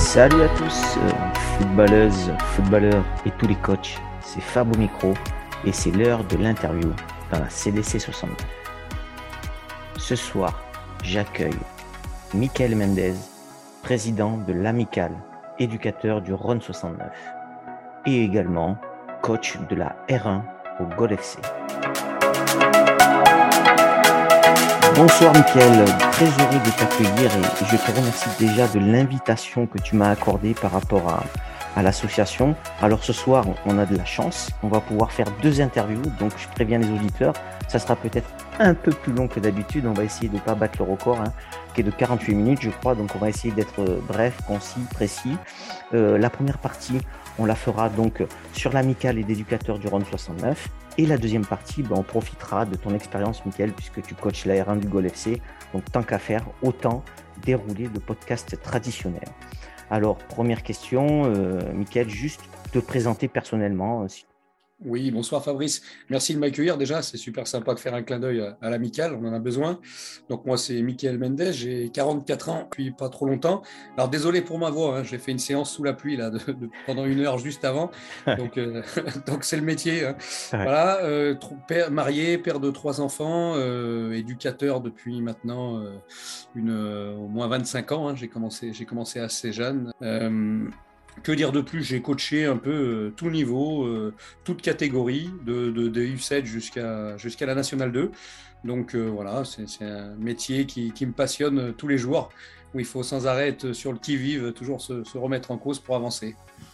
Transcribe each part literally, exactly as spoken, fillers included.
Salut à tous, euh, footballeuses, footballeurs et tous les coachs, c'est Fab au micro et c'est l'heure de l'interview dans la C D C soixante-neuf. Ce soir, j'accueille Michael Mendez, président de l'Amicale, éducateur du Rhône soixante-neuf et également coach de la R un au Gol F C. Bonsoir Michael, très heureux de t'accueillir et je te remercie déjà de l'invitation que tu m'as accordée par rapport à, à l'association. Alors ce soir, on a de la chance, on va pouvoir faire deux interviews, donc je préviens les auditeurs, ça sera peut-être un peu plus long que d'habitude, on va essayer de ne pas battre le record, hein, qui est de quarante-huit minutes je crois, donc on va essayer d'être bref, concis, précis. Euh, la première partie, on la fera donc sur l'Amicale et l'éducateur du Rhône soixante-neuf. Et la deuxième partie, ben, on profitera de ton expérience, Michael, puisque tu coaches la R un du Gol F C. Donc, tant qu'à faire, autant dérouler le podcast traditionnel. Alors, première question, euh, Michael, juste te présenter personnellement. Si... Oui, bonsoir Fabrice. Merci de m'accueillir déjà. C'est super sympa de faire un clin d'œil à, à l'Amicale. On en a besoin. Donc, moi, c'est Michael Mendez. J'ai quarante-quatre ans depuis pas trop longtemps. Alors, désolé pour ma voix. Hein. J'ai fait une séance sous la pluie là, de, de, pendant une heure juste avant. Donc, euh, donc c'est le métier. Hein. Ouais. Voilà. Euh, père, marié, père de trois enfants, euh, éducateur depuis maintenant euh, une, euh, au moins vingt-cinq ans. Hein. J'ai commencé, j'ai commencé assez jeune. Euh, Que dire de plus? J'ai coaché un peu euh, tout niveau, euh, toute catégorie, de, de, de U sept jusqu'à jusqu'à la Nationale deux. Donc euh, voilà, c'est, c'est un métier qui, qui me passionne tous les jours, où il faut sans arrêt être sur le qui-vive, toujours se, se remettre en cause pour avancer.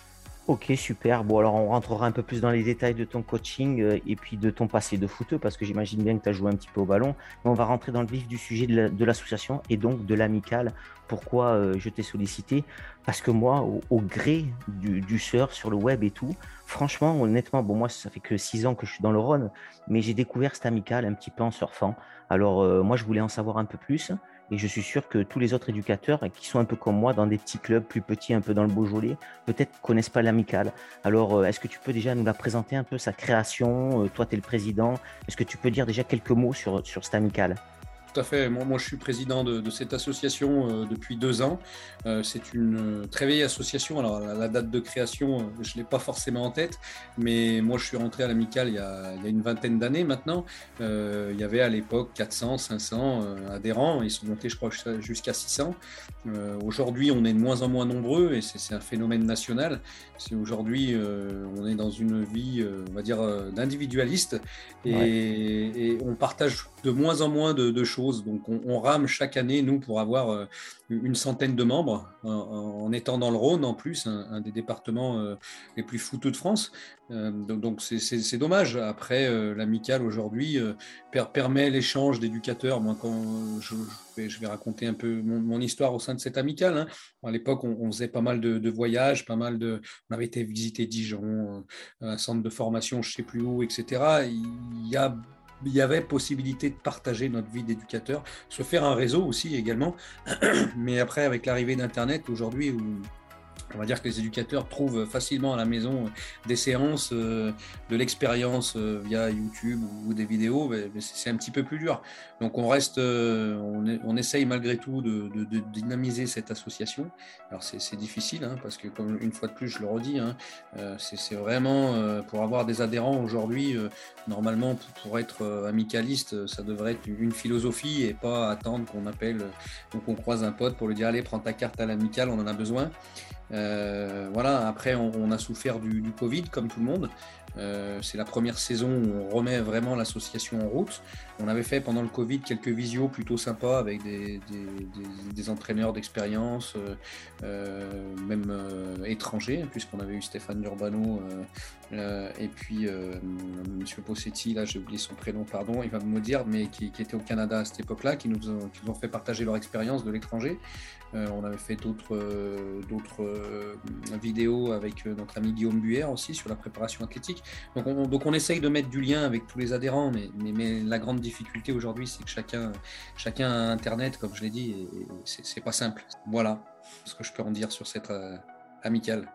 Ok, super. Bon, alors on rentrera un peu plus dans les détails de ton coaching euh, et puis de ton passé de footeux, parce que j'imagine bien que tu as joué un petit peu au ballon. Mais on va rentrer dans le vif du sujet de, la, de l'association et donc de l'Amicale. Pourquoi euh, je t'ai sollicité? Parce que moi, au, au gré du, du surf sur le web et tout, franchement, honnêtement, bon, moi, ça fait que six ans que je suis dans le Rhône, mais j'ai découvert cette Amicale un petit peu en surfant. Alors, euh, moi, je voulais en savoir un peu plus. Et je suis sûr que tous les autres éducateurs qui sont un peu comme moi dans des petits clubs plus petits, un peu dans le Beaujolais, peut-être ne connaissent pas l'Amicale. Alors, est-ce que tu peux déjà nous la présenter un peu, sa création? Toi, tu es le président. Est-ce que tu peux dire déjà quelques mots sur, sur cette Amicale? Tout à fait. Moi, moi, je suis président de, de cette association euh, depuis deux ans. Euh, c'est une euh, très vieille association. Alors, la, la date de création, euh, je ne l'ai pas forcément en tête, mais moi, je suis rentré à l'Amicale il y a, il y a une vingtaine d'années maintenant. Euh, il y avait à l'époque quatre cents, cinq cents euh, adhérents. Ils sont montés, je crois, jusqu'à six cents. Euh, aujourd'hui, on est de moins en moins nombreux et c'est, c'est un phénomène national. C'est aujourd'hui, euh, on est dans une vie, euh, on va dire, euh, d'individualiste et, ouais. et on partage de moins en moins de, de choses. Donc, on, on rame chaque année, nous, pour avoir euh, une centaine de membres, en, en étant dans le Rhône, en plus, un, un des départements euh, les plus footeux de France. Euh, donc, donc c'est, c'est, c'est dommage. Après, euh, l'Amicale, aujourd'hui, euh, per, permet l'échange d'éducateurs. Moi, quand je, je, vais, je vais raconter un peu mon, mon histoire au sein de cette Amicale. Hein. À l'époque, on, on faisait pas mal de, de voyages, pas mal de... On avait été visiter Dijon, un centre de formation, je ne sais plus où, et cetera. Il y a il y avait possibilité de partager notre vie d'éducateur, se faire un réseau aussi également. Mais après, avec l'arrivée d'Internet aujourd'hui, où on va dire que les éducateurs trouvent facilement à la maison des séances, euh, de l'expérience euh, via YouTube ou des vidéos, mais, mais c'est un petit peu plus dur. Donc on reste, euh, on, est, on essaye malgré tout de, de, de dynamiser cette association. Alors c'est, c'est difficile, hein, parce que comme une fois de plus je le redis, hein, euh, c'est, c'est vraiment euh, pour avoir des adhérents aujourd'hui, euh, normalement pour, pour être euh, amicaliste, ça devrait être une philosophie et pas attendre qu'on appelle, donc on croise un pote pour lui dire allez prends ta carte à l'Amicale, on en a besoin. Euh, voilà, après on, on a souffert du, du Covid comme tout le monde. Euh, c'est la première saison où on remet vraiment l'association en route. On avait fait pendant le Covid quelques visios plutôt sympas avec des, des, des, des entraîneurs d'expérience, euh, euh, même euh, étrangers, puisqu'on avait eu Stéphane Urbano euh, euh, et puis euh, Monsieur Possetti, là j'ai oublié son prénom, pardon, il va me dire, mais qui, qui était au Canada à cette époque-là, qui nous ont, qui nous ont fait partager leur expérience de l'étranger. Euh, on avait fait d'autres, euh, d'autres euh, vidéos avec notre ami Guillaume Buer aussi sur la préparation athlétique. Donc on, donc on essaye de mettre du lien avec tous les adhérents, mais, mais, mais la grande difficulté aujourd'hui, c'est que chacun, chacun a Internet, comme je l'ai dit, et, et c'est, c'est pas simple. Voilà ce que je peux en dire sur cette euh, Amicale.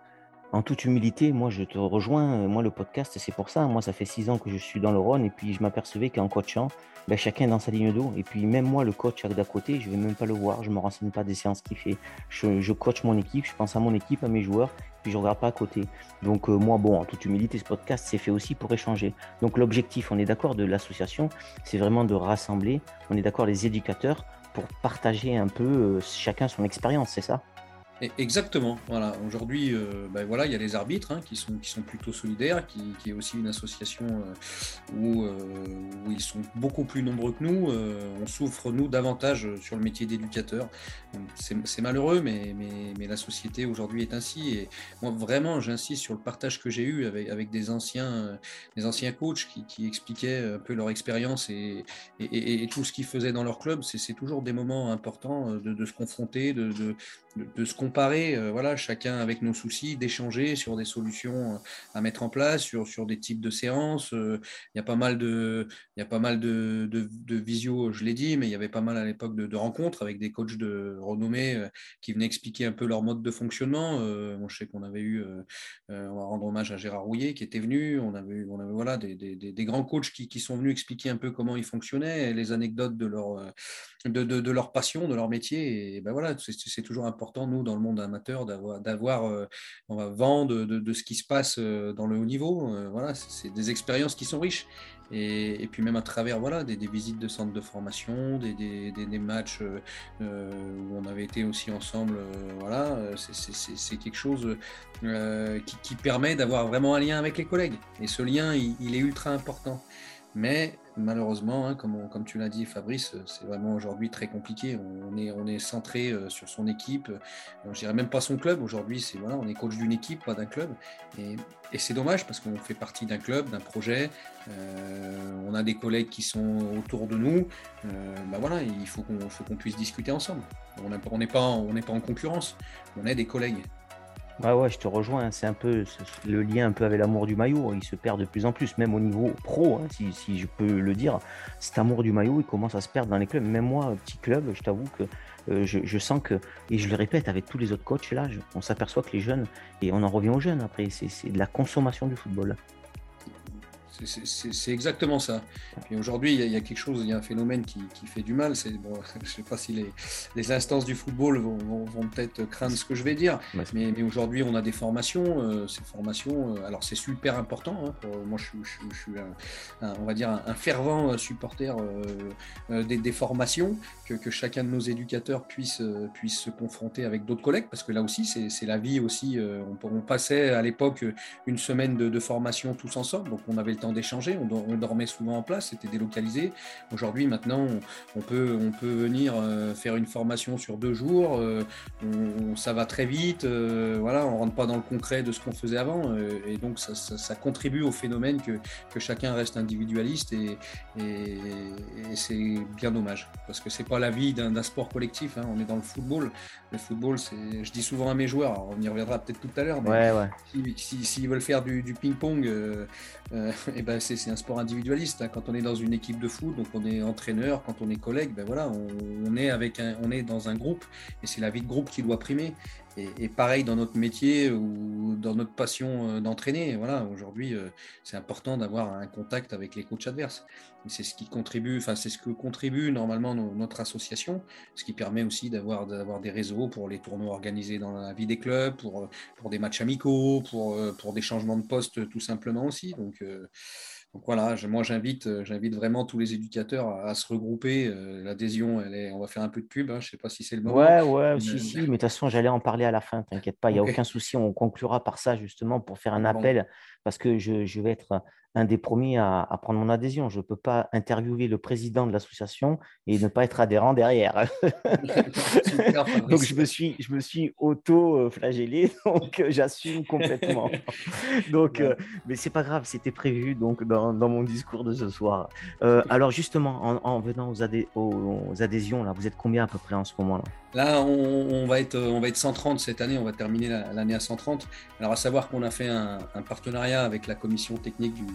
En toute humilité, moi, je te rejoins. Moi, le podcast, c'est pour ça. Moi, ça fait six ans que je suis dans le Rhône et puis je m'apercevais qu'en coachant, ben, chacun est dans sa ligne d'eau. Et puis même moi, le coach d'à côté, je ne vais même pas le voir. Je ne me renseigne pas des séances qu'il fait. Je, je coach mon équipe, je pense à mon équipe, à mes joueurs, puis je ne regarde pas à côté. Donc euh, moi, bon, en toute humilité, ce podcast, c'est fait aussi pour échanger. Donc l'objectif, on est d'accord, de l'association, c'est vraiment de rassembler, on est d'accord, les éducateurs pour partager un peu euh, chacun son expérience, c'est ça? Exactement. Voilà. Aujourd'hui, euh, ben voilà, il y a les arbitres hein, qui sont qui sont plutôt solidaires, qui, qui est aussi une association euh, où, euh, où ils sont beaucoup plus nombreux que nous. Euh, on souffre nous davantage sur le métier d'éducateur. C'est, c'est malheureux, mais, mais mais la société aujourd'hui est ainsi. Et moi, vraiment, j'insiste sur le partage que j'ai eu avec avec des anciens des anciens coachs qui, qui expliquaient un peu leur expérience et et, et, et tout ce qu'ils faisaient dans leur club. C'est, c'est toujours des moments importants de, de se confronter, de, de De, de se comparer, euh, voilà, chacun avec nos soucis, d'échanger sur des solutions à mettre en place, sur, sur des types de séances. Euh, il y a pas mal de, il y a pas mal de, de, de visio, je l'ai dit, mais il y avait pas mal à l'époque de, de rencontres avec des coachs de renommée euh, qui venaient expliquer un peu leur mode de fonctionnement. Euh, moi, je sais qu'on avait eu, euh, euh, on va rendre hommage à Gérard Rouillet qui était venu. On avait eu, on avait voilà des, des, des grands coachs qui, qui sont venus expliquer un peu comment ils fonctionnaient, les anecdotes de leur euh, de, de, de leur passion, de leur métier. Et ben voilà, c'est, c'est toujours important, nous, dans le monde amateur, d'avoir, d'avoir euh, on va vent de, de, de ce qui se passe euh, dans le haut niveau. Euh, voilà, c'est, c'est des expériences qui sont riches. Et, et puis même à travers voilà, des, des visites de centres de formation, des, des, des, des matchs euh, où on avait été aussi ensemble, euh, voilà, c'est, c'est, c'est, c'est quelque chose euh, qui, qui permet d'avoir vraiment un lien avec les collègues. Et ce lien, il, il est ultra important. Mais malheureusement, hein, comme, on, comme tu l'as dit Fabrice, c'est vraiment aujourd'hui très compliqué. On est, on est centré euh, sur son équipe. Euh, je dirais même pas son club. Aujourd'hui, c'est, voilà, on est coach d'une équipe, pas d'un club. Et, et c'est dommage parce qu'on fait partie d'un club, d'un projet. Euh, on a des collègues qui sont autour de nous. Euh, bah voilà, il faut qu'on, faut qu'on puisse discuter ensemble. On n'est pas, on n'est pas en concurrence. On est des collègues. Ouais, ouais, je te rejoins. C'est un peu le lien un peu avec l'amour du maillot. Il se perd de plus en plus, même au niveau pro, hein, si, si je peux le dire. Cet amour du maillot, il commence à se perdre dans les clubs. Même moi, petit club, je t'avoue que euh, je, je sens que, et je le répète avec tous les autres coachs là, je, on s'aperçoit que les jeunes, et on en revient aux jeunes après, c'est, c'est de la consommation du football. C'est, c'est, c'est exactement ça. Et aujourd'hui, il y, a, il y a quelque chose, il y a un phénomène qui, qui fait du mal. C'est, bon, je ne sais pas si les, les instances du football vont, vont, vont peut-être craindre ce que je vais dire, ouais, mais, mais aujourd'hui, on a des formations. Euh, ces formations, euh, alors c'est super important. Hein, pour, moi, je, je, je suis, un, un, on va dire, un, un fervent supporter euh, euh, des, des formations, que, que chacun de nos éducateurs puisse, euh, puisse se confronter avec d'autres collègues, parce que là aussi, c'est, c'est la vie aussi. Euh, on, on passait à l'époque une semaine de, de formation tous ensemble, donc on avait le temps d'échanger, on dormait souvent en place, c'était délocalisé. Aujourd'hui, maintenant, on peut, on peut venir faire une formation sur deux jours, on, ça va très vite, voilà, on ne rentre pas dans le concret de ce qu'on faisait avant, et donc ça, ça, ça contribue au phénomène que, que chacun reste individualiste, et, et, et c'est bien dommage, parce que c'est pas la vie d'un, d'un sport collectif, hein. On est dans le football. Le football, c'est, je dis souvent à mes joueurs, alors on y reviendra peut-être tout à l'heure, mais ouais, ouais. S'ils si, si veulent faire du, du ping-pong, euh, euh, et ben c'est, c'est un sport individualiste. Hein. Quand on est dans une équipe de foot, donc on est entraîneur, quand on est collègue, ben voilà, on, on est avec un, on est dans un groupe, et c'est la vie de groupe qui doit primer. Et, et pareil dans notre métier ou dans notre passion d'entraîner. Voilà, aujourd'hui, c'est important d'avoir un contact avec les coachs adverses. Et c'est ce qui contribue, enfin c'est ce que contribue normalement no, notre association, ce qui permet aussi d'avoir, d'avoir des réseaux pour les tournois organisés dans la vie des clubs, pour, pour des matchs amicaux, pour, pour des changements de poste tout simplement aussi. Donc euh, Donc voilà, moi j'invite, j'invite vraiment tous les éducateurs à, à se regrouper. Euh, l'adhésion, elle est, on va faire un peu de pub, hein, je ne sais pas si c'est le moment. Ouais, ouais, si, Euh, si, mais de toute façon, j'allais en parler à la fin, t'inquiète pas, il n'y a ok. aucun souci, on conclura par ça justement pour faire un Bon. appel, parce que je, je vais être un des premiers à, à prendre mon adhésion. Je ne peux pas interviewer le président de l'association et ne pas être adhérent derrière. Super, Donc, je me suis, je me suis auto-flagellé, donc j'assume complètement. Donc, Ouais. euh, mais c'est pas grave, c'était prévu donc dans, dans mon discours de ce soir. Euh, alors, justement, en, en venant aux, adhé- aux, aux adhésions, là, vous êtes combien à peu près en ce moment-là? Là, on, on, va être, on va être cent trente cette année, on va terminer la, l'année à cent trente. Alors, à savoir qu'on a fait un, un partenariat avec la commission technique du,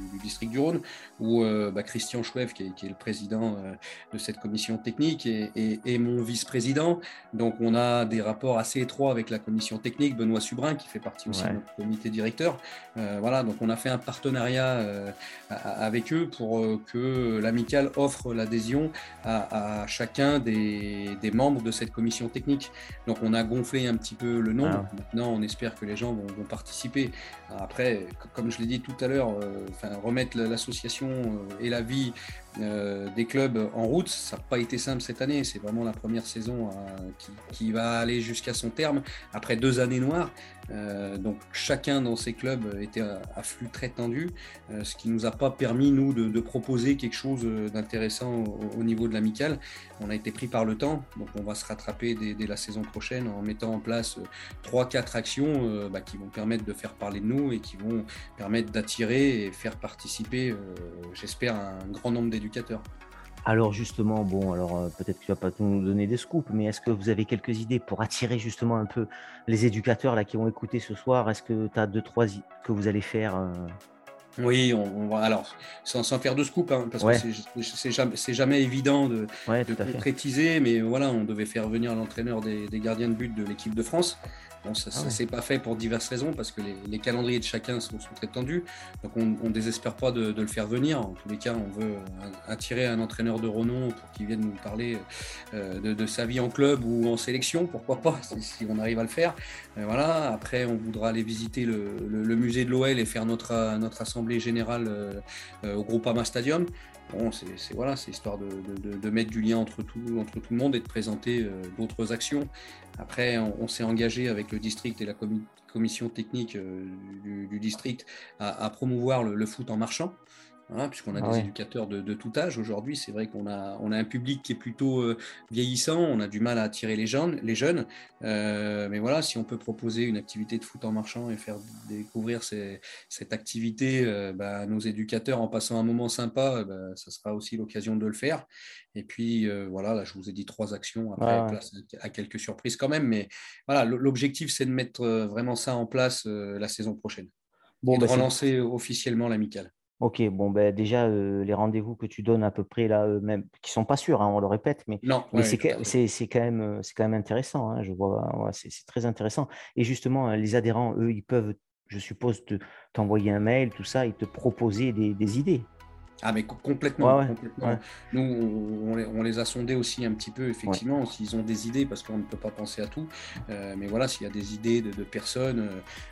du district du Rhône, où euh, bah, Christian Choueff, qui est, qui est le président euh, de cette commission technique, et, et, et mon vice-président. Donc, on a des rapports assez étroits avec la commission technique, Benoît Subrin, qui fait partie aussi ouais. de notre comité directeur. Euh, voilà, donc on a fait un partenariat euh, avec eux pour euh, que l'amicale offre l'adhésion à, à chacun des, des membres de cette commission technique. Donc, on a gonflé un petit peu le nombre. Ah. Maintenant, on espère que les gens vont, vont participer. Après, comme je l'ai dit tout à l'heure, euh, enfin, remettre l'association euh, et la vie euh, des clubs en route, ça n'a pas été simple cette année. C'est vraiment la première saison euh, qui, qui va aller jusqu'à son terme après deux années noires. Euh, donc chacun dans ces clubs était à, à flux très tendu, euh, ce qui nous a pas permis nous de, de proposer quelque chose d'intéressant au, au niveau de l'amicale. On a été pris par le temps, donc on va se rattraper dès, dès la saison prochaine en mettant en place trois, quatre actions euh, bah, qui vont permettre de faire parler de nous et qui vont permettre d'attirer et faire participer, euh, j'espère, un grand nombre d'éducateurs. Alors justement, bon, alors euh, peut-être que tu vas pas nous donner des scoops, mais est-ce que vous avez quelques idées pour attirer justement un peu les éducateurs là qui vont écouter ce soir? Est-ce que tu as deux, trois idées que vous allez faire euh... Oui, on, on va alors sans, sans faire de scoop, hein, parce ouais. que c'est, c'est, jamais, c'est jamais évident de, ouais, de concrétiser, fait. Mais voilà, on devait faire venir l'entraîneur des, des gardiens de but de l'équipe de France. Bon, ça ne ah ouais. s'est pas fait pour diverses raisons, parce que les, les calendriers de chacun sont, sont très tendus. Donc on ne désespère pas de, de le faire venir. En tous les cas, on veut attirer un entraîneur de renom pour qu'il vienne nous parler euh, de, de sa vie en club ou en sélection, pourquoi pas, si, si on arrive à le faire. Et voilà. Après, on voudra aller visiter le, le, le musée de l'O L et faire notre, notre assemblée générale euh, au Groupama Stadium. Bon, c'est, c'est, voilà, c'est histoire de, de, de mettre du lien entre tout, entre tout le monde et de présenter euh, d'autres actions. Après, on, on s'est engagé avec le district et la comi- commission technique euh, du, du district à, à promouvoir le, le foot en marchant. Voilà, puisqu'on a ah des ouais. éducateurs de, de tout âge aujourd'hui, c'est vrai qu'on a, on a un public qui est plutôt euh, vieillissant, on a du mal à attirer les jeunes, les jeunes euh, mais voilà, si on peut proposer une activité de foot en marchant et faire découvrir ces, cette activité euh, bah, à nos éducateurs en passant un moment sympa, bah, ça sera aussi l'occasion de le faire. Et puis euh, voilà, là je vous ai dit trois actions, après ouais. place à quelques surprises quand même, mais voilà, l'objectif c'est de mettre vraiment ça en place euh, la saison prochaine bon, et bah, de relancer c'est... officiellement l'amicale. Ok, bon, ben déjà, euh, les rendez-vous que tu donnes à peu près là, euh, même, qui ne sont pas sûrs, hein, on le répète, mais, non, mais ouais, c'est, que, c'est, c'est, quand même, c'est quand même intéressant. Hein, je vois, ouais, c'est, c'est très intéressant. Et justement, les adhérents, eux, ils peuvent, je suppose, te, t'envoyer un mail, tout ça, et te proposer des, des idées. Ah mais complètement, ouais, ouais, complètement. Ouais. Nous, on les, on les a sondés aussi un petit peu, effectivement, ouais. s'ils ont des idées, parce qu'on ne peut pas penser à tout. Euh, mais voilà, s'il y a des idées de, de personnes,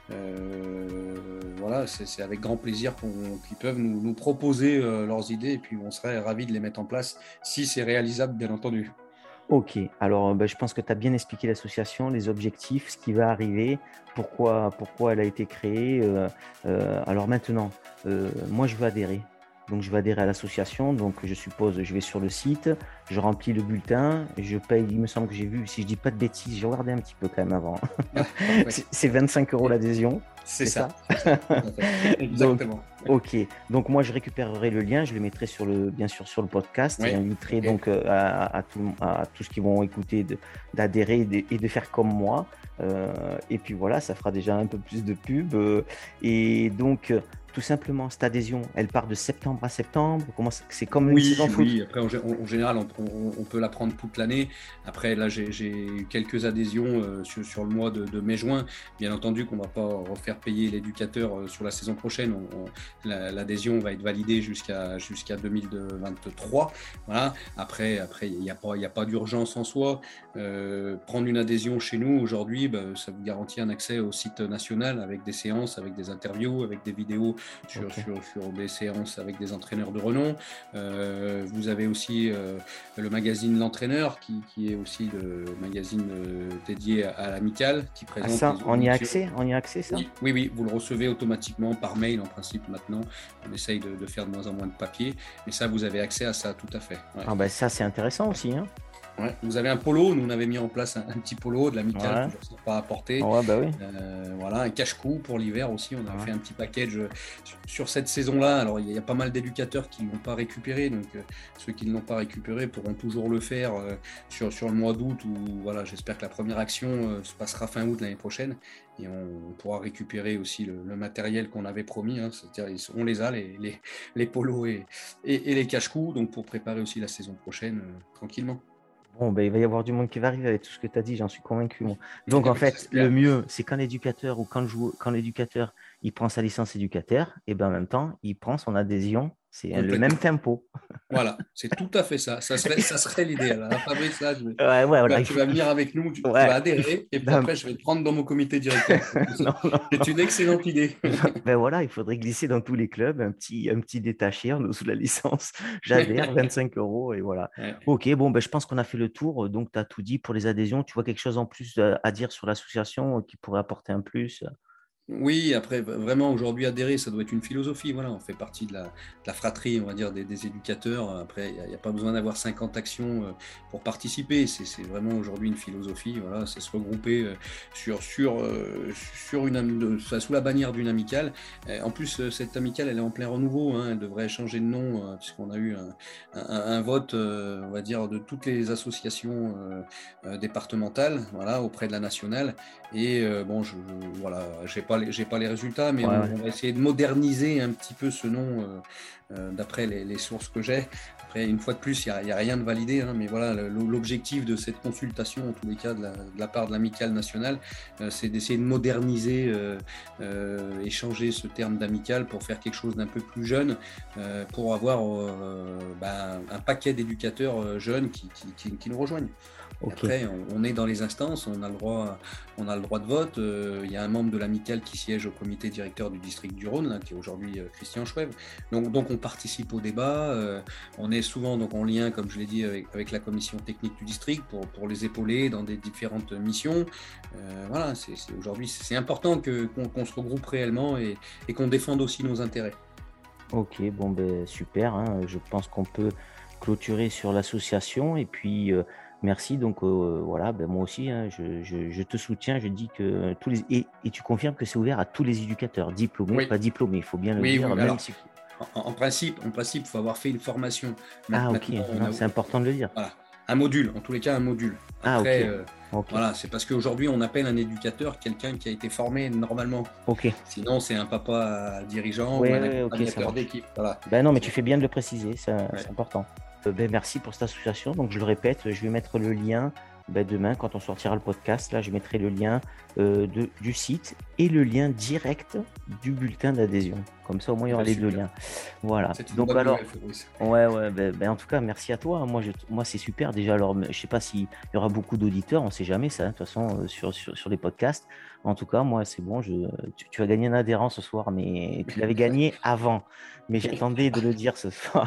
euh, voilà, c'est, c'est avec grand plaisir qu'on, qu'ils peuvent nous, nous proposer euh, leurs idées, et puis on serait ravis de les mettre en place, si c'est réalisable, bien entendu. Ok, alors ben, je pense que tu as bien expliqué l'association, les objectifs, ce qui va arriver, pourquoi, pourquoi elle a été créée. Euh, euh, alors maintenant, euh, moi je veux adhérer. Donc, je vais adhérer à l'association. Donc, je suppose, je vais sur le site, je remplis le bulletin, je paye, il me semble que j'ai vu, si je ne dis pas de bêtises, j'ai regardé un petit peu quand même avant. Ah, c'est, c'est vingt-cinq euros l'adhésion. C'est, c'est ça. ça, c'est ça. Exactement. Donc, ok. Donc, moi, je récupérerai le lien, je le mettrai sur le, bien sûr sur le podcast. Oui. J'inviterai okay. donc à, à, tout, à tous qui vont écouter de, d'adhérer et de, et de faire comme moi. Euh, et puis voilà, ça fera déjà un peu plus de pub. Euh, et donc, tout simplement, cette adhésion, elle part de septembre à septembre. Comment c'est, c'est comme une oui, saison foot. Oui, après, en, en général, on, on, on peut la prendre toute l'année. Après, là, j'ai, j'ai eu quelques adhésions euh, sur, sur le mois de, de mai-juin. Bien entendu qu'on ne va pas refaire payer l'éducateur euh, sur la saison prochaine. On, on, la, l'adhésion va être validée jusqu'à, jusqu'à deux mille vingt-trois. Voilà. Après, après, il n'y a pas, il n'y a pas d'urgence en soi. Euh, prendre une adhésion chez nous aujourd'hui, bah, ça vous garantit un accès au site national avec des séances, avec des interviews, avec des vidéos Sur, okay. sur, sur des séances avec des entraîneurs de renom. Euh, vous avez aussi euh, le magazine L'Entraîneur, qui, qui est aussi le magazine euh, dédié à, à l'amicale, qui présente. Ah ça, on y a accès, on y a accès ça. Oui, oui, oui, vous le recevez automatiquement par mail en principe maintenant. On essaye de, de faire de moins en moins de papier, mais ça, vous avez accès à ça tout à fait. Ouais. Ah ben ça, c'est intéressant aussi. Hein. Ouais. Vous avez un polo, nous on avait mis en place un, un petit polo de l'amicale, Ouais. toujours sympa à porter. Ouais, bah oui. Euh, voilà, un cache-cou pour l'hiver aussi. On a Ouais. fait un petit package sur, sur cette saison-là. Alors il y, a pas mal d'éducateurs qui ne l'ont pas récupéré, donc euh, ceux qui ne l'ont pas récupéré pourront toujours le faire euh, sur, sur le mois d'août. Où voilà, j'espère que la première action euh, se passera fin août l'année prochaine et on, on pourra récupérer aussi le, le matériel qu'on avait promis. Hein, c'est-à-dire on les a les, les, les polos et, et, et les cache-cous, donc pour préparer aussi la saison prochaine euh, tranquillement. Bon, ben, il va y avoir du monde qui va arriver avec tout ce que tu as dit, j'en suis convaincu. Moi. Donc, en fait, le J'espère. mieux, c'est quand l'éducateur ou quand, le joueur, quand l'éducateur il prend sa licence éducateur, et ben en même temps, il prend son adhésion. C'est le même Complètement. tempo. Voilà, c'est tout à fait ça. Ça serait, ça serait l'idéal. Alors, Fabrice, là, je vais- Ouais, ouais, tu, voilà. vas, Il tu faut, vas il venir faut- avec nous, tu, tu vas Ouais. adhérer, et puis Non, après, je vais te prendre dans mon comité directeur. non, non. C'est une excellente idée. Ben voilà, il faudrait glisser dans tous les clubs un petit, un petit détaché en dessous de la licence. J'adhère, vingt-cinq euros et voilà. Ouais. Ok, bon, ben, je pense qu'on a fait le tour. Donc, tu as tout dit pour les adhésions. Tu vois quelque chose en plus à à dire sur l'association qui pourrait apporter un plus? Oui, après, v- vraiment, aujourd'hui, adhérer, ça doit être une philosophie. Voilà, on fait partie de la, de la fratrie, on va dire, des, des éducateurs. Après, il n'y a, a pas besoin d'avoir cinquante actions euh, pour participer. C'est c'est vraiment aujourd'hui une philosophie. Voilà, c'est se regrouper euh, sur, sur, euh, sur une, am- de- enfin, sous la bannière d'une amicale. Euh, en plus, euh, cette amicale, elle est en plein renouveau. Hein, elle devrait changer de nom, euh, puisqu'on a eu un, un- un vote, euh, on va dire, de toutes les associations euh, euh, départementales, voilà, auprès de la nationale. Et euh, bon, je, je- voilà, j'ai pas les, j'ai pas les résultats, mais Ouais, on, ouais. on va essayer de moderniser un petit peu ce nom euh, euh, d'après les, les sources que j'ai. Après, une fois de plus, il n'y a, a, rien de validé, hein, mais voilà, le, l'objectif de cette consultation, en tous les cas, de la, de la part de l'amicale nationale, euh, c'est d'essayer de moderniser euh, euh, et changer ce terme d'amicale pour faire quelque chose d'un peu plus jeune, euh, pour avoir euh, bah, un paquet d'éducateurs euh, jeunes qui, qui, qui, qui nous rejoignent. Et Ok. après, on, on est dans les instances, on a le droit, on a le droit de vote. Euh, il y a un membre de l'amicale qui siège au comité directeur du district du Rhône, là, qui est aujourd'hui euh, Christian Schweb. Donc, donc, on participe au débat. Euh, on est souvent donc en lien, comme je l'ai dit, avec, avec la commission technique du district pour, pour les épauler dans des différentes missions. Euh, voilà, c'est, c'est, aujourd'hui, c'est important que, qu'on, qu'on se regroupe réellement et, et qu'on défende aussi nos intérêts. Ok, bon, ben, super. Hein. Je pense qu'on peut clôturer sur l'association. Et puis, euh, merci. Donc, euh, voilà, ben, moi aussi, hein, je, je- je te soutiens. Je dis que tous les. Et, et tu confirmes que c'est ouvert à tous les éducateurs, diplômés, Oui, pas diplômés, il faut bien le oui, dire, oui. même Alors, si. en, en principe, en principe, il faut avoir fait une formation. Ah, ok, Maintenant, on non, a, c'est important de le dire. voilà, un module, en tous les cas un module. Ah, ok, Après, euh, ok, voilà, c'est parce qu'aujourd'hui on appelle un éducateur quelqu'un qui a été formé normalement. ok. Sinon, c'est un papa dirigeant ou Ouais, un ouais, ok, ça accompagnateur marche. d'équipe. Voilà. Ben non, mais tu fais bien de le préciser, ça- Ouais. c'est important. Euh, ben, merci pour cette association. Donc, je le répète, je vais mettre le lien ben, demain, quand on sortira le podcast. Là, je mettrai le lien euh, de, du site et le lien direct du bulletin d'adhésion. Comme ça, au moins, il y Eh aura ben, les deux super. liens. Voilà. C'est une Donc, bonne alors, nouvelle, Fabrice. ouais, ouais, ben, ben, en tout cas, merci à toi. Moi, je, moi c'est super. Déjà, alors, je sais pas s'il y aura beaucoup d'auditeurs, on ne sait jamais ça, hein, de toute façon, euh, sur, sur, sur les podcasts. En tout cas, moi, c'est bon. Je, tu, tu as gagné un adhérent ce soir, mais tu l'avais gagné avant. Mais j'attendais de le dire ce soir.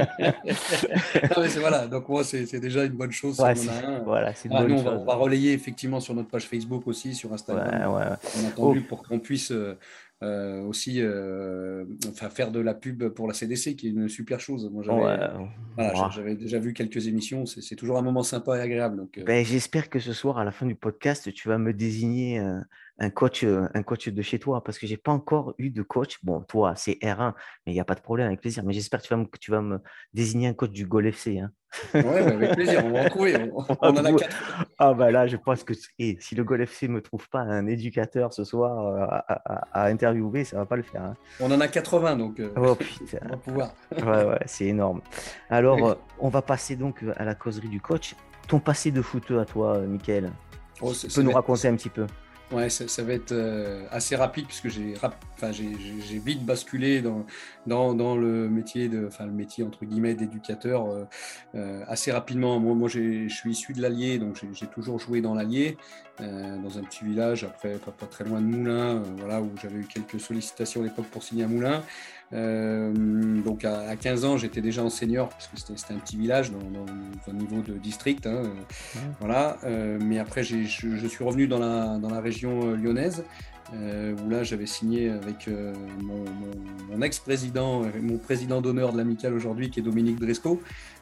Non, mais c'est, voilà, donc moi, c'est, c'est déjà une bonne chose si Ouais, on en c'est, a un. voilà, c'est une Ah, nous, bonne on va, on chose. va relayer effectivement sur notre page Facebook aussi, sur Instagram, Ouais, ouais, ouais. bien Oh, entendu, pour qu'on puisse euh, euh, aussi euh, enfin, faire de la pub pour la C D C, qui est une super chose. Moi, ouais, j'avais, voilà, ouais. j'avais déjà vu quelques émissions, c'est, c'est toujours un moment sympa et agréable. Donc, euh, Ben, j'espère que ce soir, à la fin du podcast, tu vas me désigner un, un coach, euh, un coach de chez toi, parce que j'ai pas encore eu de coach. Bon, toi, c'est R un, mais il n'y a pas de problème, avec plaisir. Mais j'espère que tu vas me, que tu vas me désigner un coach du Gol F C. Hein. ouais, bah, avec plaisir, on va en trouver. On, On va on en a trouver- quatre. Ah bah là, je pense que et si le Gol F C me trouve pas un éducateur ce soir euh, à, à- à interviewer, ça va pas le faire. Hein. On en a quatre-vingts, donc euh, Oh on va putain, pouvoir. ouais, ouais, c'est énorme. Alors, euh, on va passer donc à la causerie du coach. Ton passé de footeux à toi, euh, Mickaël, Oh, tu ça, peux ça nous va être, raconter un petit peu? ouais, ça, ça va être euh, assez rapide puisque j'ai, rap- enfin, j'ai, j'ai- j'ai vite basculé dans, dans, dans le métier de, enfin, le métier entre guillemets d'éducateur euh, euh, assez rapidement. Moi, moi j'ai, je suis issu de l'Allier, donc j'ai, j'ai toujours joué dans l'Allier, euh, dans un petit village, après pas, pas très loin de Moulins, euh, voilà, où j'avais eu quelques sollicitations à l'époque pour signer à Moulins. Euh, donc à, à quinze ans, j'étais déjà en senior parce que c'était, c'était un petit village dans, dans, dans un niveau de district. Hein, euh, Ouais. voilà, euh, mais après j'ai, je, je suis revenu dans la, dans la région euh, lyonnaise, euh, où là j'avais signé avec euh, mon, mon, mon ex-président, euh, mon président d'honneur de l'amicale aujourd'hui, qui est Dominique Dresco,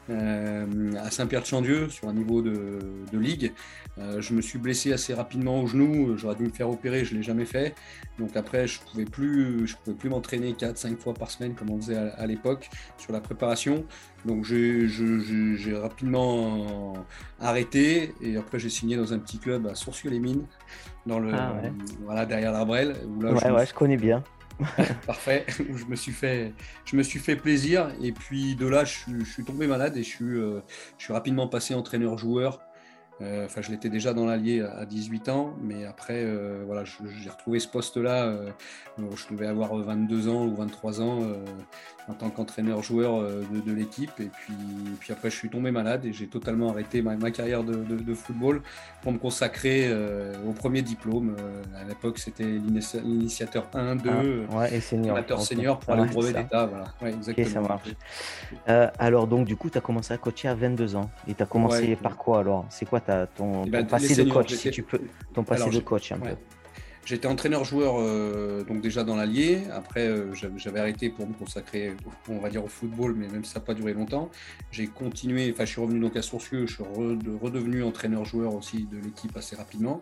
euh, à Saint-Pierre-de-Chandieu sur un niveau de, de ligue. Euh, je me suis blessé assez rapidement au genou, j'aurais dû me faire opérer, je ne l'ai jamais fait. Donc après, je ne pouvais plus, je pouvais plus m'entraîner quatre cinq fois par semaine comme on faisait à, à l'époque sur la préparation. Donc j'ai, je, je, j'ai rapidement arrêté et après j'ai signé dans un petit club à Sourcieux-les-Mines, dans le, Ah ouais. voilà, derrière l'Arbrel, où là je Ouais, me ouais, suis je connais bien. parfait, où je me suis fait, je me suis fait plaisir. Et puis de là, je, suis- je suis tombé malade et je suis, euh, je suis rapidement passé entraîneur-joueur. Euh, Enfin, je l'étais déjà dans l'Allier à dix-huit ans, mais après, euh, voilà, je- j'ai retrouvé ce poste-là. Euh, bon, je devais avoir vingt-deux ans ou vingt-trois ans euh, en tant qu'entraîneur-joueur euh, de, de l'équipe. Et puis, puis après, je suis tombé malade et j'ai totalement arrêté ma, ma carrière de, de- de football pour me consacrer euh, au premier diplôme. Euh, à l'époque, c'était l'initia- l'initiateur un, deux, Ah, euh, ouais, et senior. amateur Ok, senior pour ça aller au marche, c'est brevet ça. d'État. Voilà, ouais, Ok, ça exactement. Donc, marche. Euh, alors, donc, du coup, tu as commencé à coacher à vingt-deux ans. Et tu as ouais, commencé par quoi alors? C'est quoi ta, ton, et ton ben, les passé de seniors, coach, si j'étais. tu peux, ton passé Alors, de j'ai- coach un peu? ouais. J'étais entraîneur-joueur euh, donc déjà dans l'Allier. Après, euh, j'avais j'avais arrêté pour me consacrer, on va dire, au football, mais même si ça n'a pas duré longtemps. J'ai continué, enfin, je suis revenu donc à Sourcieux, je suis re- redevenu entraîneur-joueur aussi de l'équipe assez rapidement.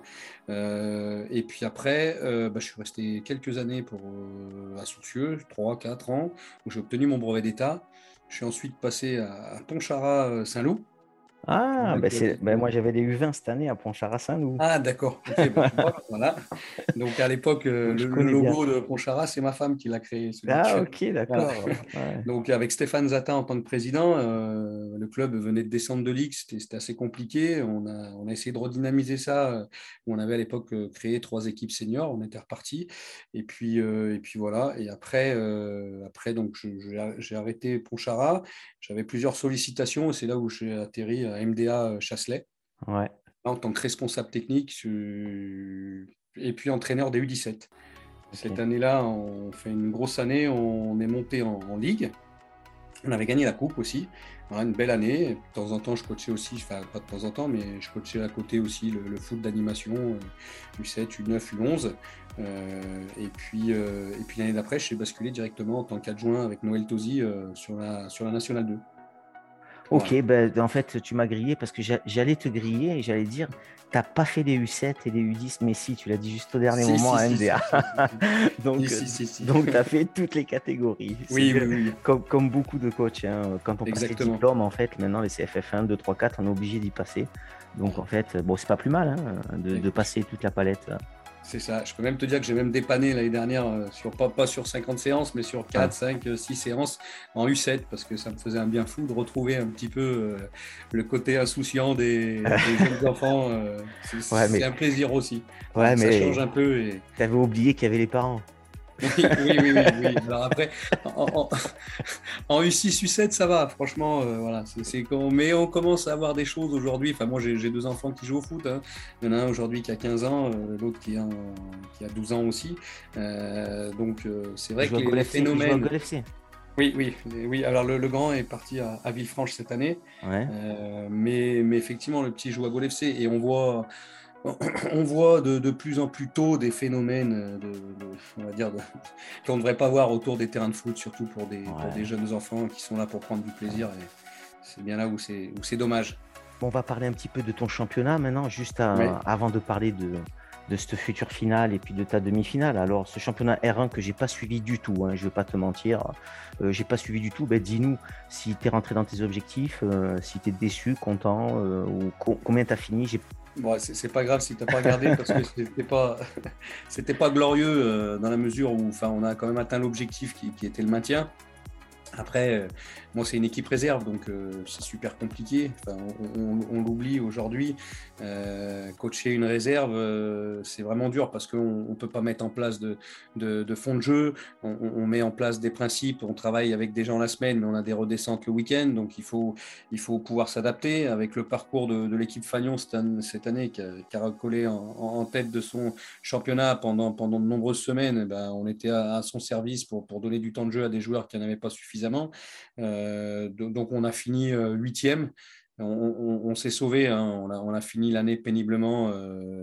Euh, et puis après, euh, bah, je suis resté quelques années pour, euh, à Sourcieux, trois, quatre ans, où j'ai obtenu mon brevet d'État. Je suis ensuite passé à, à Pontcharra-Saint-Loup. Tu vois, Ah, un ben club c'est, ben moi, j'avais des U vingt cette année à Pontcharra-Saint-Loup. ah, d'accord. Ok, bah, tu vois, voilà. Donc, à l'époque, euh, Donc, je le, le connais bien. logo de Pontcharra, c'est ma femme qui l'a créé, celui Ah, que... ok, Voilà. d'accord. Ouais. Donc, avec Stéphane Zatta en tant que président, euh, le club venait de descendre de ligue, c'était c'était assez compliqué. On a, on a essayé de redynamiser ça. euh, On avait à l'époque euh, créé trois équipes seniors, on était reparti. Et puis, euh, et puis voilà. Et après, euh, après donc, je- je- j'ai arrêté Pontcharra. J'avais plusieurs sollicitations et c'est là où j'ai atterri à M D A Chasselet Ouais. en tant que responsable technique je- et puis entraîneur des U dix-sept. Cette Ok. année-là, on fait une grosse année, on est monté en, en ligue. On avait gagné la coupe aussi, voilà, une belle année. De temps en temps, je coachais aussi, enfin pas de temps en temps, mais je coachais à côté aussi le, le foot d'animation, euh, U sept, U neuf, U onze. Euh, et puis, euh, et puis l'année d'après, je suis basculé directement en tant qu'adjoint avec Noël Tosi euh, sur la, sur la Nationale deux. Ok, Voilà. ben, en fait, tu m'as grillé parce que j'a- j'allais te griller et j'allais dire, t'as pas fait des U sept et des U dix, mais si, tu l'as dit juste au dernier Si, moment si, à si, si, M D A. si, si, si, si, Donc, euh, si, si, si. donc tu as fait toutes les catégories. C'est Oui, bien, oui, oui, comme, comme beaucoup de coachs, hein. Quand on passe les exactement. diplômes, en fait, maintenant, les C F F un, deux, trois, quatre, on est obligé d'y passer. Donc, en fait, bon, c'est pas plus mal hein, de, de passer toute la palette. C'est ça. Je peux même te dire que j'ai même dépanné l'année dernière, euh, sur, pas, pas sur cinquante séances, mais sur quatre, Ah. cinq, six séances en U sept, parce que ça me faisait un bien fou de retrouver un petit peu euh, le côté insouciant des, des jeunes enfants. euh, c'est Ouais, c'est mais, un plaisir aussi. ouais, Voilà, ça change mais un peu. Et... t'avais oublié qu'il y avait les parents. Oui, oui, oui, oui, oui. Alors après, en, en, en U six, U sept, ça va. Franchement, euh, voilà. C'est, c'est quand... Mais on commence à avoir des choses aujourd'hui. Enfin, moi, j'ai, j'ai deux enfants qui jouent au foot, hein. Il y en a un aujourd'hui qui a quinze ans, euh, l'autre qui a, qui a douze ans aussi. Euh, donc, euh, c'est Il vrai joue que à les, Gol les F C. Il joue à phénomènes. Gol F C. Oui, oui, les- oui. Alors, le, le grand est parti à, à Villefranche cette année. Ouais. Euh, mais, mais effectivement, le petit joue à Gol F C et on voit on voit de, de plus en plus tôt des phénomènes de, de- on va dire de- qu'on ne devrait pas voir autour des terrains de foot, surtout pour des, pour des Ouais. jeunes enfants qui sont là pour prendre du plaisir. Et c'est bien là où c'est, où c'est dommage. Bon, on va parler un petit peu de ton championnat maintenant, juste Oui, à- avant de parler de, de cette future finale et puis de ta demi-finale. Alors, ce championnat R un que j'ai pas suivi du tout, hein, je ne vais pas te mentir, euh, j'ai pas suivi du tout. Ben, dis-nous si tu es rentré dans tes objectifs, euh, si tu es déçu, content, euh, ou co- combien tu as fini. J'ai... bon, c'est, c'est pas grave si tu n'as pas regardé parce que c'était pas, c'était pas glorieux euh, dans la mesure où enfin, on a quand même atteint l'objectif qui, qui était le maintien. Après, euh, moi, c'est une équipe réserve, donc euh, c'est super compliqué. Enfin, on, on- on l'oublie aujourd'hui. Euh, coacher une réserve, euh, c'est vraiment dur parce qu'on ne peut pas mettre en place de, de, de fond de jeu. On, on met en place des principes. On travaille avec des gens la semaine, mais on a des redescentes le week-end. Donc, il faut, il faut pouvoir s'adapter. Avec le parcours de, de l'équipe Fagnon cette année, cette année qui, a, qui a recollé en, en tête de son championnat pendant, pendant de nombreuses semaines, eh ben, on était à, à son service pour, pour donner du temps de jeu à des joueurs qui n'en avaient pas suffisamment. Euh, donc on a fini huitième. On, on, on s'est sauvé, hein. on, a, on a fini l'année péniblement. Euh,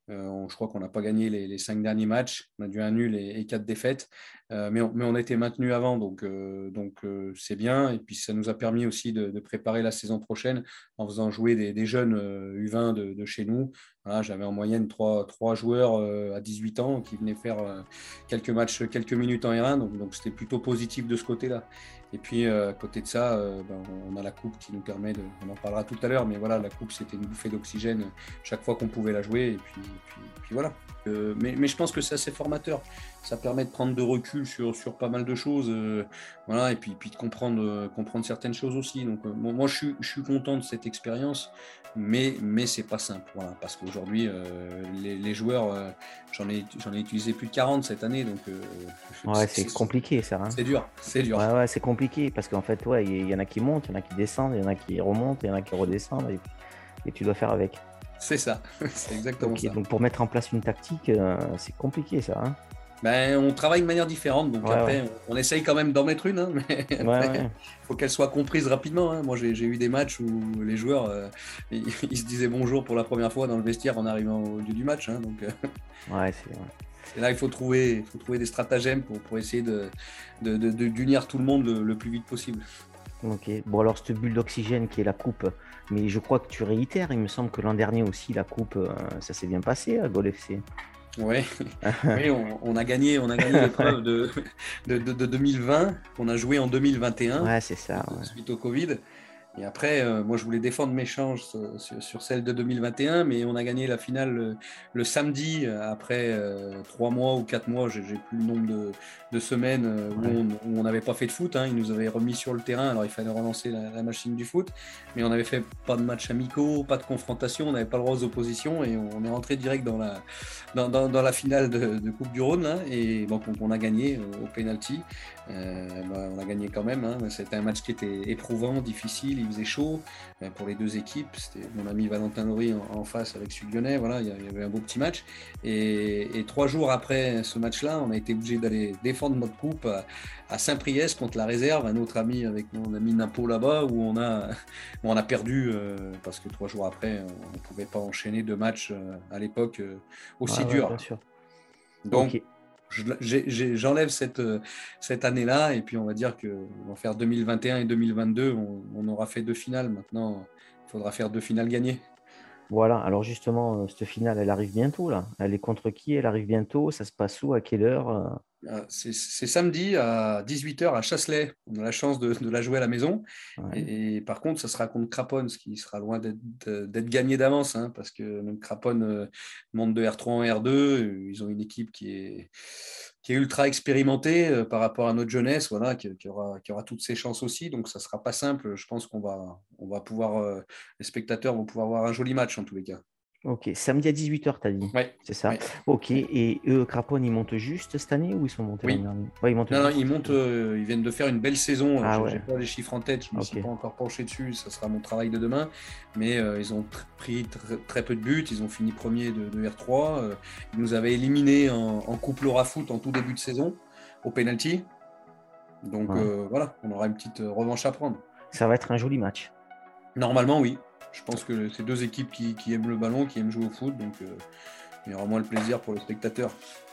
Euh, on, je crois qu'on n'a pas gagné les, les cinq derniers matchs. On a dû un nul et, et quatre défaites. Euh, mais, on, mais on a été maintenu avant, donc euh, donc euh, c'est bien. Et puis ça nous a permis aussi de, de préparer la saison prochaine en faisant jouer des, des jeunes euh, U vingt de, de chez nous. Voilà, j'avais en moyenne trois, trois joueurs euh, à dix-huit ans qui venaient faire euh, quelques matchs, quelques minutes en R un. Donc, donc c'était plutôt positif de ce côté-là. Et puis, euh, à côté de ça, euh, ben, on a la coupe qui nous permet de. On en parlera tout à l'heure, mais voilà, la coupe, c'était une bouffée d'oxygène chaque fois qu'on pouvait la jouer. Et puis, puis, puis voilà. Euh, mais, mais je pense que c'est assez formateur. Ça permet de prendre de recul sur, sur pas mal de choses. Euh, voilà, et puis, puis de comprendre, euh, comprendre certaines choses aussi. Donc, euh, bon, moi, je suis, je suis content de cette expérience, mais, mais c'est pas simple. Voilà, parce qu'aujourd'hui, euh, les, les joueurs, euh, j'en ai, j'en ai utilisé plus de quarante cette année. Donc, euh, Ouais, c'est c'est, compliqué ça. Hein. c'est dur. C'est dur. Ouais, ouais, c'est compliqué parce qu'en fait, ouais, il y, y en a qui montent, il y en a qui descendent, il y en a qui remontent, il y en a qui redescendent et, et tu dois faire avec. C'est ça. C'est exactement Ok, ça. donc pour mettre en place une tactique, euh, c'est compliqué ça. Hein. Ben, on travaille de manière différente, donc Ouais, après, ouais. on, on essaye quand même d'en mettre une, hein, mais Ouais, après, ouais. il faut qu'elle soit comprise rapidement. Hein. Moi, j'ai, j'ai eu des matchs où les joueurs, euh, ils, ils se disaient bonjour pour la première fois dans le vestiaire en arrivant au lieu du match. Hein, donc, euh, Ouais, c'est ouais. et là, il faut trouver, il faut trouver des stratagèmes pour, pour essayer de, de, de- de- d'unir tout le monde le, le plus vite possible. Ok. Bon, alors, cette bulle d'oxygène qui est la coupe, mais je crois que tu réitères. Il me semble que l'an dernier aussi, la coupe, euh, ça s'est bien passé à Gol F C. Ouais, oui, on, on a gagné, on a gagné l'épreuve de, de, de, de deux mille vingt qu'on a joué en deux mille vingt et un Ouais, c'est ça. suite, Ouais. suite au Covid. Et après, euh, moi, je voulais défendre mes chances euh, sur, sur celle de deux mille vingt et un, mais on a gagné la finale le, le samedi, euh, après euh, trois mois ou quatre mois, j'ai j'ai plus le nombre de, de semaines euh, où Ouais. on où on n'avait pas fait de foot. Hein. Ils nous avaient remis sur le terrain, alors il fallait relancer la, la machine du foot, mais on n'avait fait pas de matchs amicaux, pas de confrontation, on n'avait pas le droit aux oppositions, et on est rentré direct dans la, dans, dans, dans la finale de, de Coupe du Rhône, là, et donc on, on a gagné euh, au penalty. Euh, bah, on a gagné quand même. Hein. C'était un match qui était éprouvant, difficile, il faisait chaud euh, pour les deux équipes. C'était mon ami Valentin Laury en, en face avec celui lyonnais. Voilà, il y avait un beau petit match. Et, et trois jours après ce match-là, on a été obligé d'aller défendre notre coupe à, à Saint-Priest contre la réserve, un autre ami avec mon ami Napo là-bas, où on a, où on a perdu euh, parce que trois jours après, on ne pouvait pas enchaîner deux matchs euh, à l'époque euh, Ouais, aussi ouais, durs. bien sûr. Donc, Ok. je- j'ai- j'ai- j'enlève cette, euh, cette année-là et puis on va dire qu'on va faire deux mille vingt et un et deux mille vingt-deux. On, on aura fait deux finales. Maintenant, il faudra faire deux finales gagnées. Voilà. Alors, justement, euh, cette finale, elle arrive bientôt, là. Elle est contre qui? Elle arrive bientôt. Ça se passe où? À quelle heure? euh Euh, C'est c'est samedi à dix-huit heures à Chasselet. On a la chance de, de la jouer à la maison. Ouais. Et, et par contre, ça sera contre Craponne, ce qui sera loin d'être d'être gagné d'avance, hein, parce que même Craponne euh, monte de R trois en R deux. euh, Ils ont une équipe qui est, qui est ultra expérimentée euh, par rapport à notre jeunesse, voilà, qui, qui aura, qui aura toutes ses chances aussi. Donc, ça sera pas simple. Je pense qu'on va, on va pouvoir, euh, les spectateurs vont pouvoir voir un joli match en tous les cas. Ok. Samedi à dix-huit heures, t'as dit. Oui, C'est ça? oui, Ok. oui. Et eux, Craponne, ils montent juste cette année ou ils sont montés l'an Oui. dernier? Ouais, ils montent Non, non, ils juste. montent, euh, ils viennent de faire une belle saison. Alors, Ah j'ai ouais. j'ai pas les chiffres en tête, je me suis Ok. pas encore penché dessus. Ça sera mon travail de demain. Mais euh, ils ont tr- pris tr- très peu de buts. Ils ont fini premier de, de R trois. Euh, ils nous avaient éliminés en, en Coupe Laura Foot en tout début de saison au penalty. Donc Ouais. euh, voilà, on aura une petite euh, revanche à prendre. Ça va être un joli match. Normalement, oui. Je pense que c'est deux équipes qui, qui aiment le ballon, qui aiment jouer au foot. Donc euh, il y aura moins le plaisir pour le spectateur.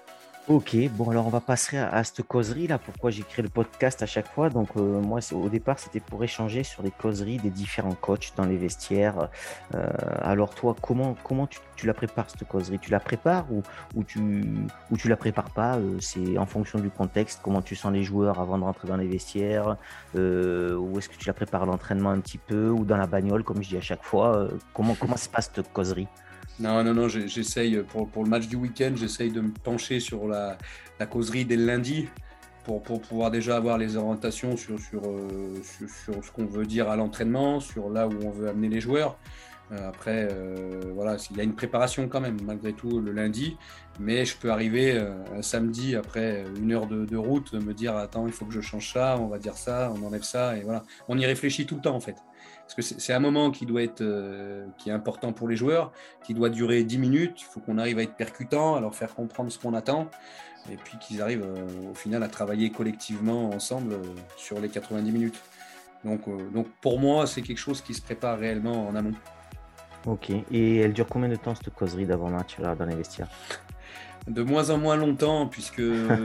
Ok, bon alors on va passer à, à cette causerie là, pourquoi j'ai créé le podcast à chaque fois. Donc euh, moi c'est- au départ c'était pour échanger sur les causeries des différents coachs dans les vestiaires. Euh, alors toi comment, comment tu, tu la prépares cette causerie? Tu la prépares ou, ou tu ou tu la prépares pas? Euh, c'est en fonction du contexte, comment tu sens les joueurs avant de rentrer dans les vestiaires, euh, ou est-ce que tu la prépares à l'entraînement un petit peu ou dans la bagnole comme je dis à chaque fois? Euh, comment, comment se passe cette causerie? Non, non, non, j'ai- j'essaye, pour, pour le match du week-end, j'essaye de me pencher sur la, la causerie dès le lundi pour, pour pouvoir déjà avoir les orientations sur, sur, euh, sur, sur ce qu'on veut dire à l'entraînement, sur là où on veut amener les joueurs. Euh, après, euh, voilà, il y a une préparation quand même, malgré tout, le lundi, mais je peux arriver euh, un samedi après une heure de, de route, me dire attends, il faut que je change ça, on va dire ça, on enlève ça, et voilà. On y réfléchit tout le temps en fait. Parce que c'est c'est un moment qui doit être euh, qui est important pour les joueurs, qui doit durer dix minutes. Il faut qu'on arrive à être percutant, à leur faire comprendre ce qu'on attend, et puis qu'ils arrivent euh, au final à travailler collectivement ensemble euh, sur les quatre-vingt-dix minutes. Donc, euh, donc pour moi, c'est quelque chose qui se prépare réellement en amont. Ok. Et elle dure combien de temps cette causerie d'avant-match là dans les vestiaires? De moins en moins longtemps, puisque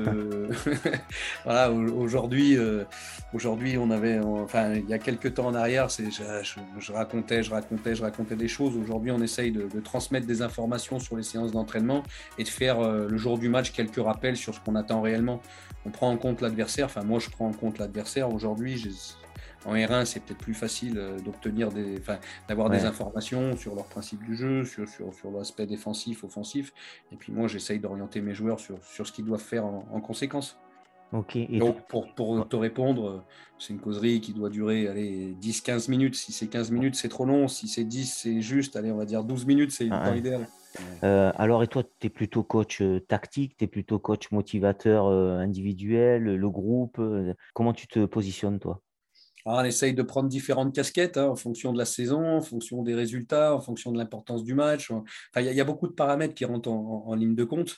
voilà, aujourd'hui, euh, aujourd'hui, on avait, enfin, il y a quelques temps en arrière, c'est, je, je, je racontais, je racontais, je racontais des choses. Aujourd'hui, on essaye de, de transmettre des informations sur les séances d'entraînement et de faire euh, le jour du match quelques rappels sur ce qu'on attend réellement. On prend en compte l'adversaire. Enfin, moi, je prends en compte l'adversaire. Aujourd'hui, j'ai en R un, c'est peut-être plus facile d'obtenir des, enfin, d'avoir ouais. des informations sur leur principe du jeu, sur, sur, sur l'aspect défensif, offensif. Et puis moi, j'essaye d'orienter mes joueurs sur, sur ce qu'ils doivent faire en, en conséquence. Ok. Et donc, toi... pour, pour te répondre, c'est une causerie qui doit durer allez, dix à quinze minutes. Si c'est quinze minutes, c'est trop long. Si c'est dix, c'est juste. Allez, on va dire douze minutes, c'est le ah, temps ouais. idéal. Euh, alors, et toi, tu es plutôt coach euh, tactique, tu es plutôt coach motivateur euh, individuel, le groupe. Euh, comment tu te positionnes, toi? Alors, on essaye de prendre différentes casquettes hein, en fonction de la saison, en fonction des résultats, en fonction de l'importance du match. Enfin, il y, y a beaucoup de paramètres qui rentrent en, en, en ligne de compte.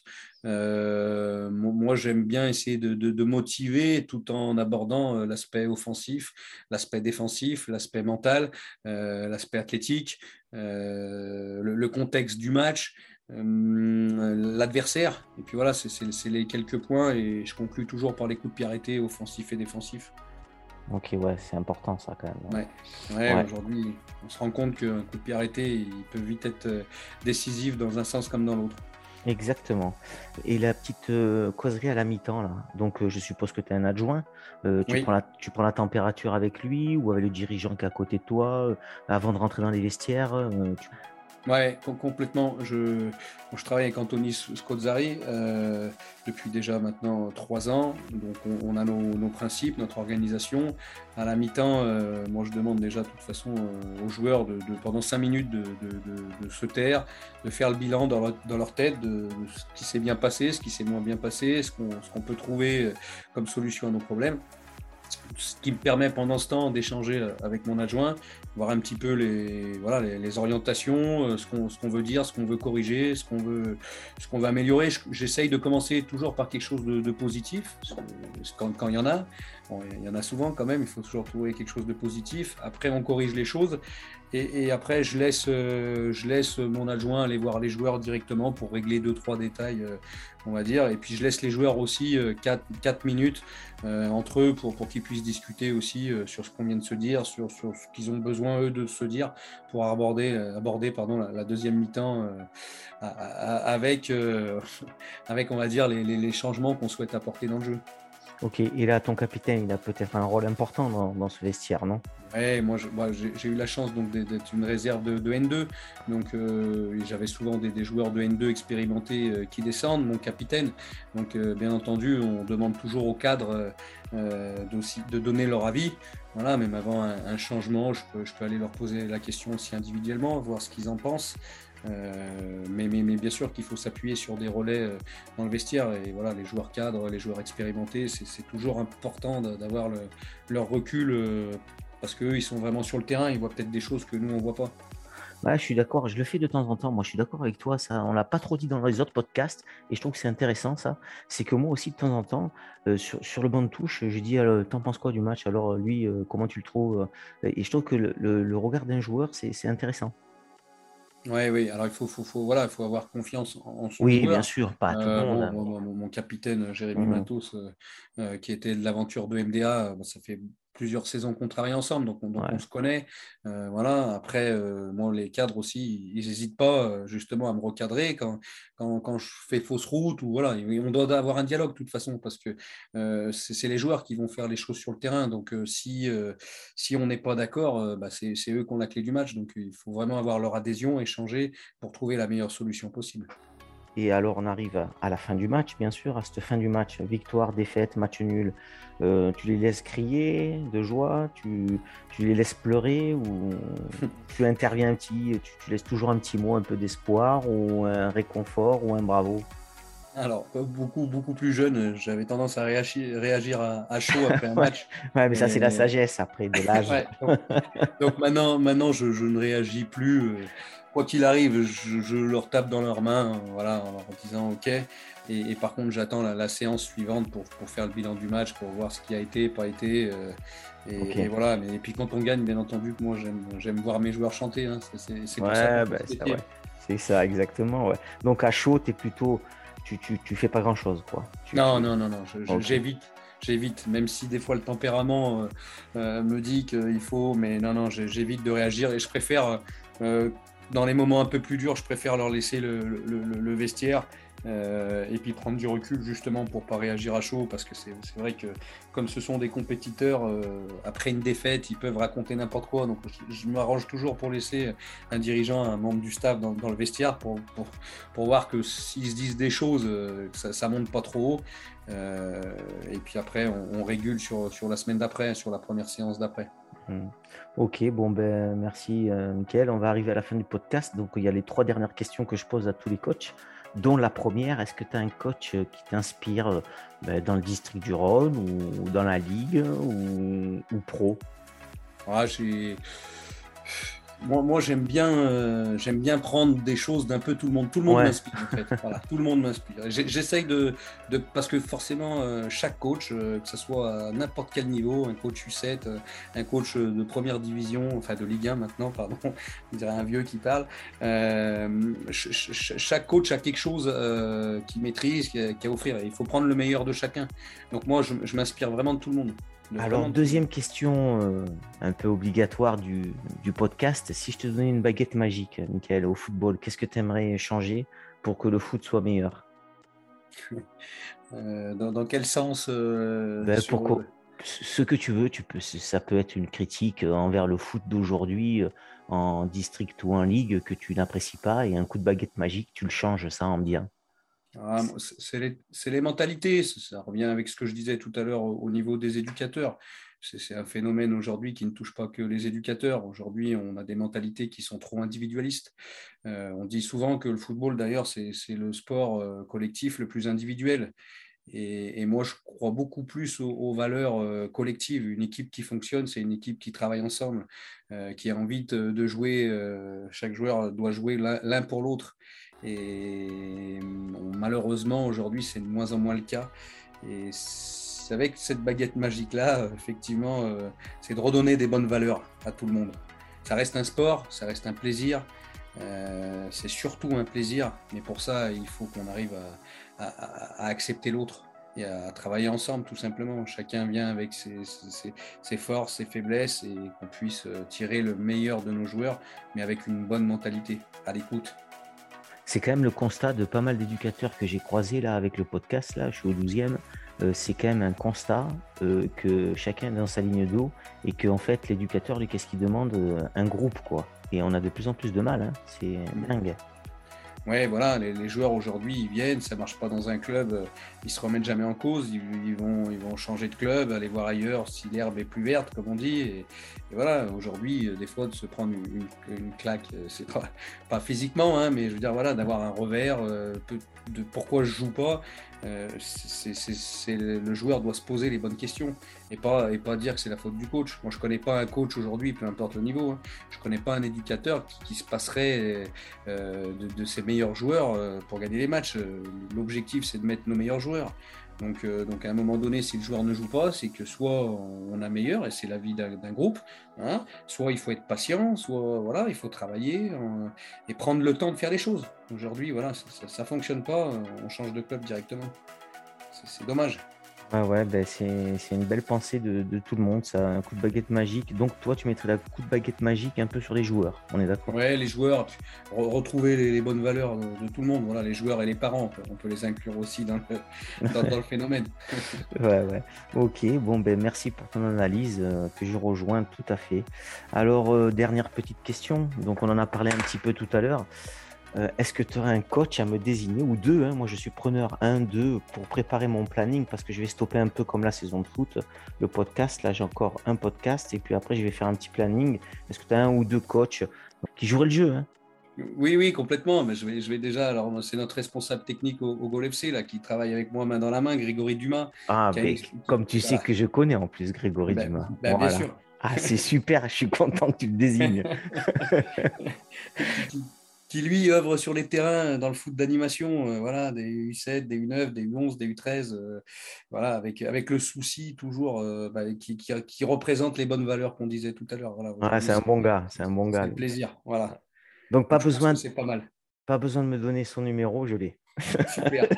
Euh, moi, j'aime bien essayer de, de, de motiver tout en abordant l'aspect offensif, l'aspect défensif, l'aspect mental, euh, l'aspect athlétique, euh, le, le contexte du match. Euh, l'adversaire, et puis voilà, c'est les quelques points, et je conclue toujours par les coups de pied arrêtés, offensifs et défensifs. Ok, ouais, c'est important ça quand même. Ouais, ouais, ouais. Aujourd'hui, on se rend compte qu'un coup de pied arrêté, il peut vite être décisif dans un sens comme dans l'autre. Exactement. Et la petite euh, causerie à la mi-temps, là. Donc, euh, je suppose que tu es un adjoint. Euh, tu, oui. prends la, tu prends la température avec lui ou avec le dirigeant qui est à côté de toi euh, avant de rentrer dans les vestiaires euh, tu... Ouais, complètement. Je, je travaille avec Anthony Scozzari euh, depuis déjà maintenant trois ans. Donc, on, on a nos, nos principes, notre organisation. À la mi-temps, euh, moi, je demande déjà de toute façon euh, aux joueurs de, de pendant cinq minutes de, de, de, de se taire, de faire le bilan dans leur, dans leur tête de, de ce qui s'est bien passé, ce qui s'est moins bien passé, ce qu'on ce qu'on peut trouver comme solution à nos problèmes. Ce qui me permet pendant ce temps d'échanger avec mon adjoint, voir un petit peu les, voilà, les, les orientations, ce qu'on ce qu'on veut dire, ce qu'on veut corriger, ce qu'on veut, ce qu'on veut améliorer. J'essaye de commencer toujours par quelque chose de, de positif, quand, quand il y en a. Bon, il y en a souvent quand même, il faut toujours trouver quelque chose de positif. Après, on corrige les choses. Et, et après, je laisse, euh, je laisse mon adjoint aller voir les joueurs directement pour régler deux, trois détails, euh, on va dire. Et puis, je laisse les joueurs aussi euh, quatre minutes euh, entre eux pour, pour qu'ils puissent discuter aussi euh, sur ce qu'on vient de se dire, sur, sur ce qu'ils ont besoin, eux, de se dire pour aborder, aborder pardon, la, la deuxième mi-temps euh, avec, euh, avec, on va dire, les, les, les changements qu'on souhaite apporter dans le jeu. Ok, et là, ton capitaine, il a peut-être un rôle important dans, dans ce vestiaire, non? Ouais, moi, j'ai eu la chance d'être une réserve de, de N deux, donc euh, j'avais souvent des, des joueurs de N deux expérimentés euh, qui descendent, mon capitaine. Donc, euh, bien entendu, on demande toujours aux cadres euh, de, de donner leur avis. Voilà, même avant un, un changement, je peux, je peux aller leur poser la question aussi individuellement, voir ce qu'ils en pensent. Euh, mais, mais, mais bien sûr qu'il faut s'appuyer sur des relais euh, dans le vestiaire et voilà, les joueurs cadres, les joueurs expérimentés, c'est toujours important d'avoir le, leur recul euh, parce qu'eux ils sont vraiment sur le terrain, ils voient peut-être des choses que nous on voit pas. Ouais, je suis d'accord, je le fais de temps en temps. Moi, je suis d'accord avec toi. Ça, on l'a pas trop dit dans les autres podcasts, et je trouve que c'est intéressant. Ça, c'est que moi aussi, de temps en temps, euh, sur, sur le banc de touche, je dis, t'en penses quoi du match? Alors lui, euh, comment tu le trouves? Et je trouve que le, le, le regard d'un joueur, c'est intéressant. Oui, oui. Alors il faut, faut, faut, voilà, il faut avoir confiance en, en son oui, joueur. Oui, bien sûr, pas à tout euh, le monde. Bon, hein, mon, mon capitaine Jérémy mmh. Matos, euh, euh, qui était de l'aventure de M D A, bah, ça fait plusieurs saisons qu'on travaille ensemble, donc on, donc ouais. on se connaît. Euh, voilà. Après, euh, moi, les cadres aussi, ils n'hésitent pas justement à me recadrer quand, quand, quand je fais fausse route. Ou, voilà. On doit avoir un dialogue de toute façon, parce que euh, c'est les joueurs qui vont faire les choses sur le terrain. Donc euh, si, euh, si on n'est pas d'accord, euh, bah, c'est eux qui ont la clé du match. Donc il faut vraiment avoir leur adhésion, échanger pour trouver la meilleure solution possible. Et alors, on arrive à la fin du match, bien sûr, à cette fin du match, victoire, défaite, match nul. Euh, tu les laisses crier de joie, tu, tu les laisses pleurer ou tu interviens un petit, tu, tu laisses toujours un petit mot, un peu d'espoir ou un réconfort ou un bravo? Alors, beaucoup, beaucoup plus jeune, j'avais tendance à réagir, réagir à, à chaud après un match. ouais, mais ça, c'est la sagesse après de l'âge. ouais, donc, donc maintenant, maintenant je, je ne réagis plus. quoi qu'il arrive, je, je leur tape dans leurs mains, voilà, en leur disant OK. Et, et par contre, j'attends la, la séance suivante pour, pour faire le bilan du match, pour voir ce qui a été, pas été. Euh, et, Ok. et voilà. Mais et puis quand on gagne, bien entendu, que moi j'aime, j'aime voir mes joueurs chanter. Hein. C'est, c'est, c'est pour ça qu'on Ouais, fait bah, ce ça, métier. ouais. C'est ça, exactement. Ouais. Donc, à chaud, t'es plutôt. Tu, tu, tu fais pas grand-chose, quoi. Tu, Non, tu... non, non, non. Je, je- Ok. j'évite, j'évite. Même si des fois le tempérament euh, euh, me dit qu'il faut, mais non, non, j'ai- j'évite de réagir et je préfère. euh, Dans les moments un peu plus durs, je préfère leur laisser le, le- le- le vestiaire euh, et puis prendre du recul justement pour pas réagir à chaud parce que c'est c'est vrai que comme ce sont des compétiteurs, euh, après une défaite, ils peuvent raconter n'importe quoi. Donc je, je m'arrange toujours pour laisser un dirigeant, un membre du staff dans, dans le vestiaire pour, pour, pour voir que s'ils se disent des choses, euh, que ça, ça monte pas trop haut. Euh, et puis après, on, on régule sur, sur la semaine d'après, sur la première séance d'après. Hmm. Ok, bon, ben, merci, euh, Mickaël. On va arriver à la fin du podcast. Donc, il y a les trois dernières questions que je pose à tous les coachs, dont la première, est-ce que tu as un coach euh, qui t'inspire euh, ben, dans le district du Rhône ou dans la ligue ou, ou pro? Ah, j'ai Moi, moi j'aime bien, euh, j'aime bien prendre des choses d'un peu tout le monde. Tout le monde Ouais, m'inspire en fait. Voilà, tout le monde m'inspire. J'ai- J'essaye de, de, parce que forcément, euh, chaque coach, euh, que ce soit à n'importe quel niveau, un coach U sept, euh, un coach de première division, enfin de Ligue un maintenant, pardon, on dirait un vieux qui parle. Euh, ch- ch- chaque coach a quelque chose euh, qu'il maîtrise, qu'il a, qu'il a à offrir. Et il faut prendre le meilleur de chacun. Donc moi, je, je m'inspire vraiment de tout le monde. De alors, vraiment de tout le monde. deuxième question euh, un peu obligatoire du, du podcast. Si je te donnais une baguette magique, Mickaël, au football, qu'est-ce que tu aimerais changer pour que le foot soit meilleur? Euh, dans, dans quel sens euh, Ben, sur pourquoi, ce que tu veux, tu peux, ça peut être une critique euh, envers le foot d'aujourd'hui euh, en district ou en ligue que tu n'apprécies pas et un coup de baguette magique, tu le changes ça en bien. Ah, moi, c'est c'est les, c'est les mentalités, ça, ça revient avec ce que je disais tout à l'heure au, au niveau des éducateurs. C'est c'est un phénomène aujourd'hui qui ne touche pas que les éducateurs. Aujourd'hui, on a des mentalités qui sont trop individualistes. Euh, on dit souvent que le football, d'ailleurs, c'est c'est le sport euh, collectif le plus individuel. Et, et moi, je crois beaucoup plus aux, aux valeurs euh, collectives. Une équipe qui fonctionne, c'est une équipe qui travaille ensemble, euh, qui a envie de, de jouer. Euh, chaque joueur doit jouer l'un l'un pour l'autre. Et bon, malheureusement, aujourd'hui, c'est de moins en moins le cas. Et c'est avec cette baguette magique-là, effectivement, euh, c'est de redonner des bonnes valeurs à tout le monde. Ça reste un sport, ça reste un plaisir. Euh, c'est surtout un plaisir, mais pour ça, il faut qu'on arrive à, à, à accepter l'autre et à travailler ensemble, tout simplement. Chacun vient avec ses, ses, ses forces, ses faiblesses, et qu'on puisse tirer le meilleur de nos joueurs, mais avec une bonne mentalité, à l'écoute. C'est quand même le constat de pas mal d'éducateurs que j'ai croisés là avec le podcast, là, je suis au douzième. Euh, c'est quand même un constat euh, que chacun est dans sa ligne d'eau et que en fait l'éducateur, lui, qu'est-ce qu'il demande? Euh, Un groupe, quoi. Et on a de plus en plus de mal, hein. C'est dingue. Ouais, voilà, les, les joueurs aujourd'hui, ils viennent, ça marche pas dans un club, euh, ils se remettent jamais en cause, ils, ils vont, ils vont changer de club, aller voir ailleurs si l'herbe est plus verte, comme on dit. Et, et voilà, aujourd'hui, euh, des fois, de se prendre une, une, une claque, euh, c'est pas, pas physiquement, hein, mais je veux dire, voilà, d'avoir un revers, euh, peu- de pourquoi je joue pas, euh, c'est, c'est, c'est- le joueur doit se poser les bonnes questions et pas, et pas dire que c'est la faute du coach. Moi, je connais pas un coach aujourd'hui, peu importe le niveau, hein, je connais pas un éducateur qui, qui se passerait euh, de, de ses meilleurs joueurs euh, pour gagner les matchs. Euh, L'objectif, c'est de mettre nos meilleurs joueurs. Donc, euh, donc, à un moment donné, si le joueur ne joue pas, c'est que soit on a meilleur, et c'est la vie d'un d'un groupe, hein, soit il faut être patient, soit voilà, il faut travailler euh, et prendre le temps de faire les choses. Aujourd'hui, voilà, ça ne fonctionne pas, euh, on change de club directement. C'est dommage. Ouais, ouais, ben c'est, c'est une belle pensée de, de tout le monde, ça, un coup de baguette magique. Donc toi, tu mettrais la coup de baguette magique un peu sur les joueurs, on est d'accord? Ouais, les joueurs, re retrouver les, les bonnes valeurs de, de, tout le monde, voilà, les joueurs et les parents, on peut, on peut les inclure aussi dans le, dans, dans le phénomène. Ouais, ouais. Ok, bon, ben merci pour ton analyse euh, que je rejoins tout à fait. Alors, euh, dernière petite question. Donc, on en a parlé un petit peu tout à l'heure. Euh, est-ce que tu aurais un coach à me désigner ou deux, hein? Moi, je suis preneur un, deux pour préparer mon planning parce que je vais stopper un peu comme la saison de foot. Le podcast, là, j'ai encore un podcast et puis après, je vais faire un petit planning. Est-ce que tu as un ou deux coachs qui joueraient le jeu, hein? Oui, oui, complètement. Mais je vais, je vais déjà. Alors, c'est notre responsable technique au, au Gol F C là, qui travaille avec moi main dans la main, Grégory Dumas, Ah, qui a une. ben, Qui, comme tu sais voilà. que je connais en plus Grégory Ben, Dumas. ben, bien Voilà. sûr. Ah, c'est super, je suis content que tu le désignes. qui, qui- qui lui œuvre sur les terrains dans le foot d'animation, euh, voilà, des U sept, des U neuf, des U onze, des U treize, euh, voilà, avec, avec le souci toujours euh, bah, qui, qui, qui représente les bonnes valeurs qu'on disait tout à l'heure. Voilà, Ah, aujourd'hui, c'est un c'est bon gars, c'est un bon c'est gars, le lui. plaisir. Voilà. Donc, pas Donc, je pense que besoin, c'est pas mal. pas besoin de me donner son numéro, je l'ai. Super.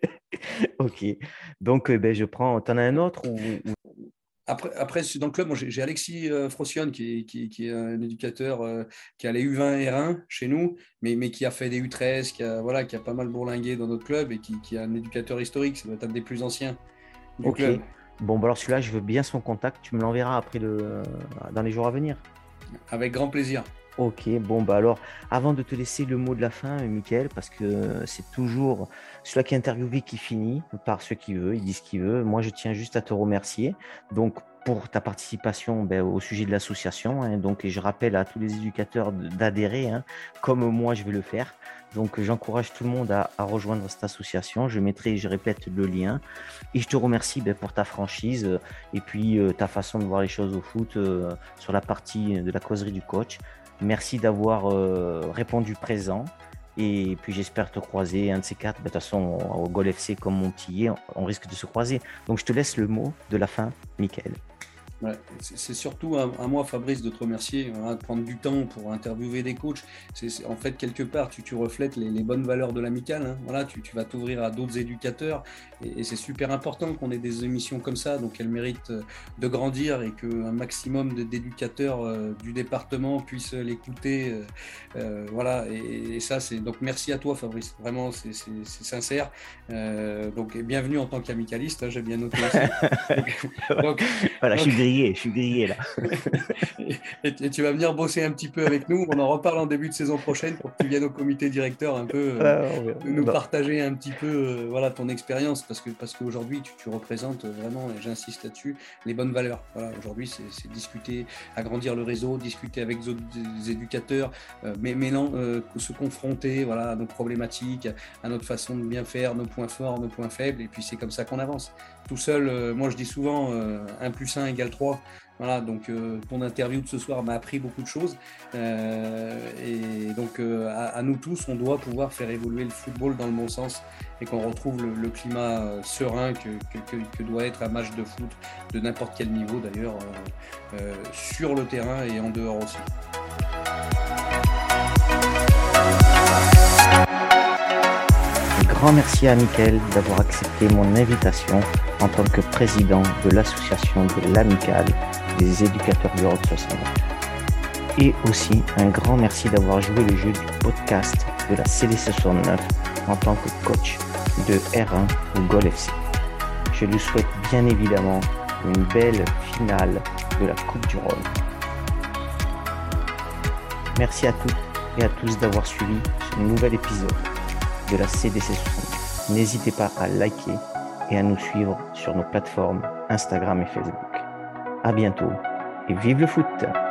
Ok. Donc, euh, ben, je prends. T'en as un autre ou, ou- Après, après, dans le club, moi, j'ai j'ai Alexis euh, Frocione, qui est, qui, qui est un éducateur euh, qui a les U vingt R un chez nous, mais, mais qui a fait des U treize, qui a, voilà, qui a pas mal bourlingué dans notre club et qui, qui est un éducateur historique. Ça doit être un des plus anciens du Ok. club. Bon, bah alors celui-là, je veux bien son contact. Tu me l'enverras après le... dans les jours à venir. Avec grand plaisir. Ok, bon, bah alors, avant de te laisser le mot de la fin, Mickaël, parce que c'est toujours celui qui est interviewé qui finit par ce qu'il veut, il dit ce qu'il veut. Moi, je tiens juste à te remercier. Donc, pour ta participation ben, au sujet de l'association. Hein, donc, et je rappelle à tous les éducateurs d'adhérer, hein, comme moi, je vais le faire. Donc, j'encourage tout le monde à, à rejoindre cette association. Je mettrai, je répète, le lien. Et je te remercie ben, pour ta franchise euh, et puis euh, ta façon de voir les choses au foot euh, sur la partie de la causerie du coach. Merci d'avoir euh, répondu présent. Et puis j'espère te croiser un de ces quatre. De toute façon, au Gol F C comme Montpellier, on risque de se croiser. Donc je te laisse le mot de la fin, Mickaël. Ouais, c'est surtout à, à moi, Fabrice, de te remercier, voilà, de prendre du temps pour interviewer des coachs. C'est en fait, quelque part, tu, tu reflètes les, les bonnes valeurs de l'amicale. Hein. Voilà, tu, tu vas t'ouvrir à d'autres éducateurs. Et, et c'est super important qu'on ait des émissions comme ça. Donc, elles méritent de grandir et qu'un maximum d'éducateurs euh, du département puissent l'écouter. Euh, euh, voilà, et, et ça, c'est. Donc, merci à toi, Fabrice. Vraiment, c'est sincère. Euh, donc, et bienvenue en tant qu'amicaliste. Hein, j'ai bien noté aussi. Donc, donc, voilà, donc... je suis grillé, je suis grillé là. et, et tu vas venir bosser un petit peu avec nous. On en reparle en début de saison prochaine pour que tu viennes au comité directeur un peu euh, ah, nous partager un petit peu euh, voilà, ton expérience parce que parce qu'aujourd'hui tu, tu représentes vraiment, et j'insiste là-dessus, les bonnes valeurs. Voilà, aujourd'hui c'est discuter, agrandir le réseau, discuter avec d'autres éducateurs, euh, mais mêlant, euh, se confronter voilà, à nos problématiques, à notre façon de bien faire, nos points forts, nos points faibles, et puis c'est comme ça qu'on avance. Tout seul, euh, moi je dis souvent euh, un plus un égale trois. Voilà, donc euh, ton interview de ce soir m'a appris beaucoup de choses. Euh, et donc euh, à, à nous tous, on doit pouvoir faire évoluer le football dans le bon sens et qu'on retrouve le, le climat euh, serein que, que, que, que doit être un match de foot de n'importe quel niveau d'ailleurs, euh, euh, sur le terrain et en dehors aussi. Un grand merci à Mickaël d'avoir accepté mon invitation en tant que président de l'association de l'Amicale des éducateurs du Rock soixante-neuf. Et aussi un grand merci d'avoir joué le jeu du podcast de la C D C soixante-neuf en tant que coach de R un au Gol F C. Je lui souhaite bien évidemment une belle finale de la Coupe du Rhône. Merci à toutes et à tous d'avoir suivi ce nouvel épisode de la C D C soixante-neuf. N'hésitez pas à liker et à nous suivre sur nos plateformes Instagram et Facebook. À bientôt et vive le foot!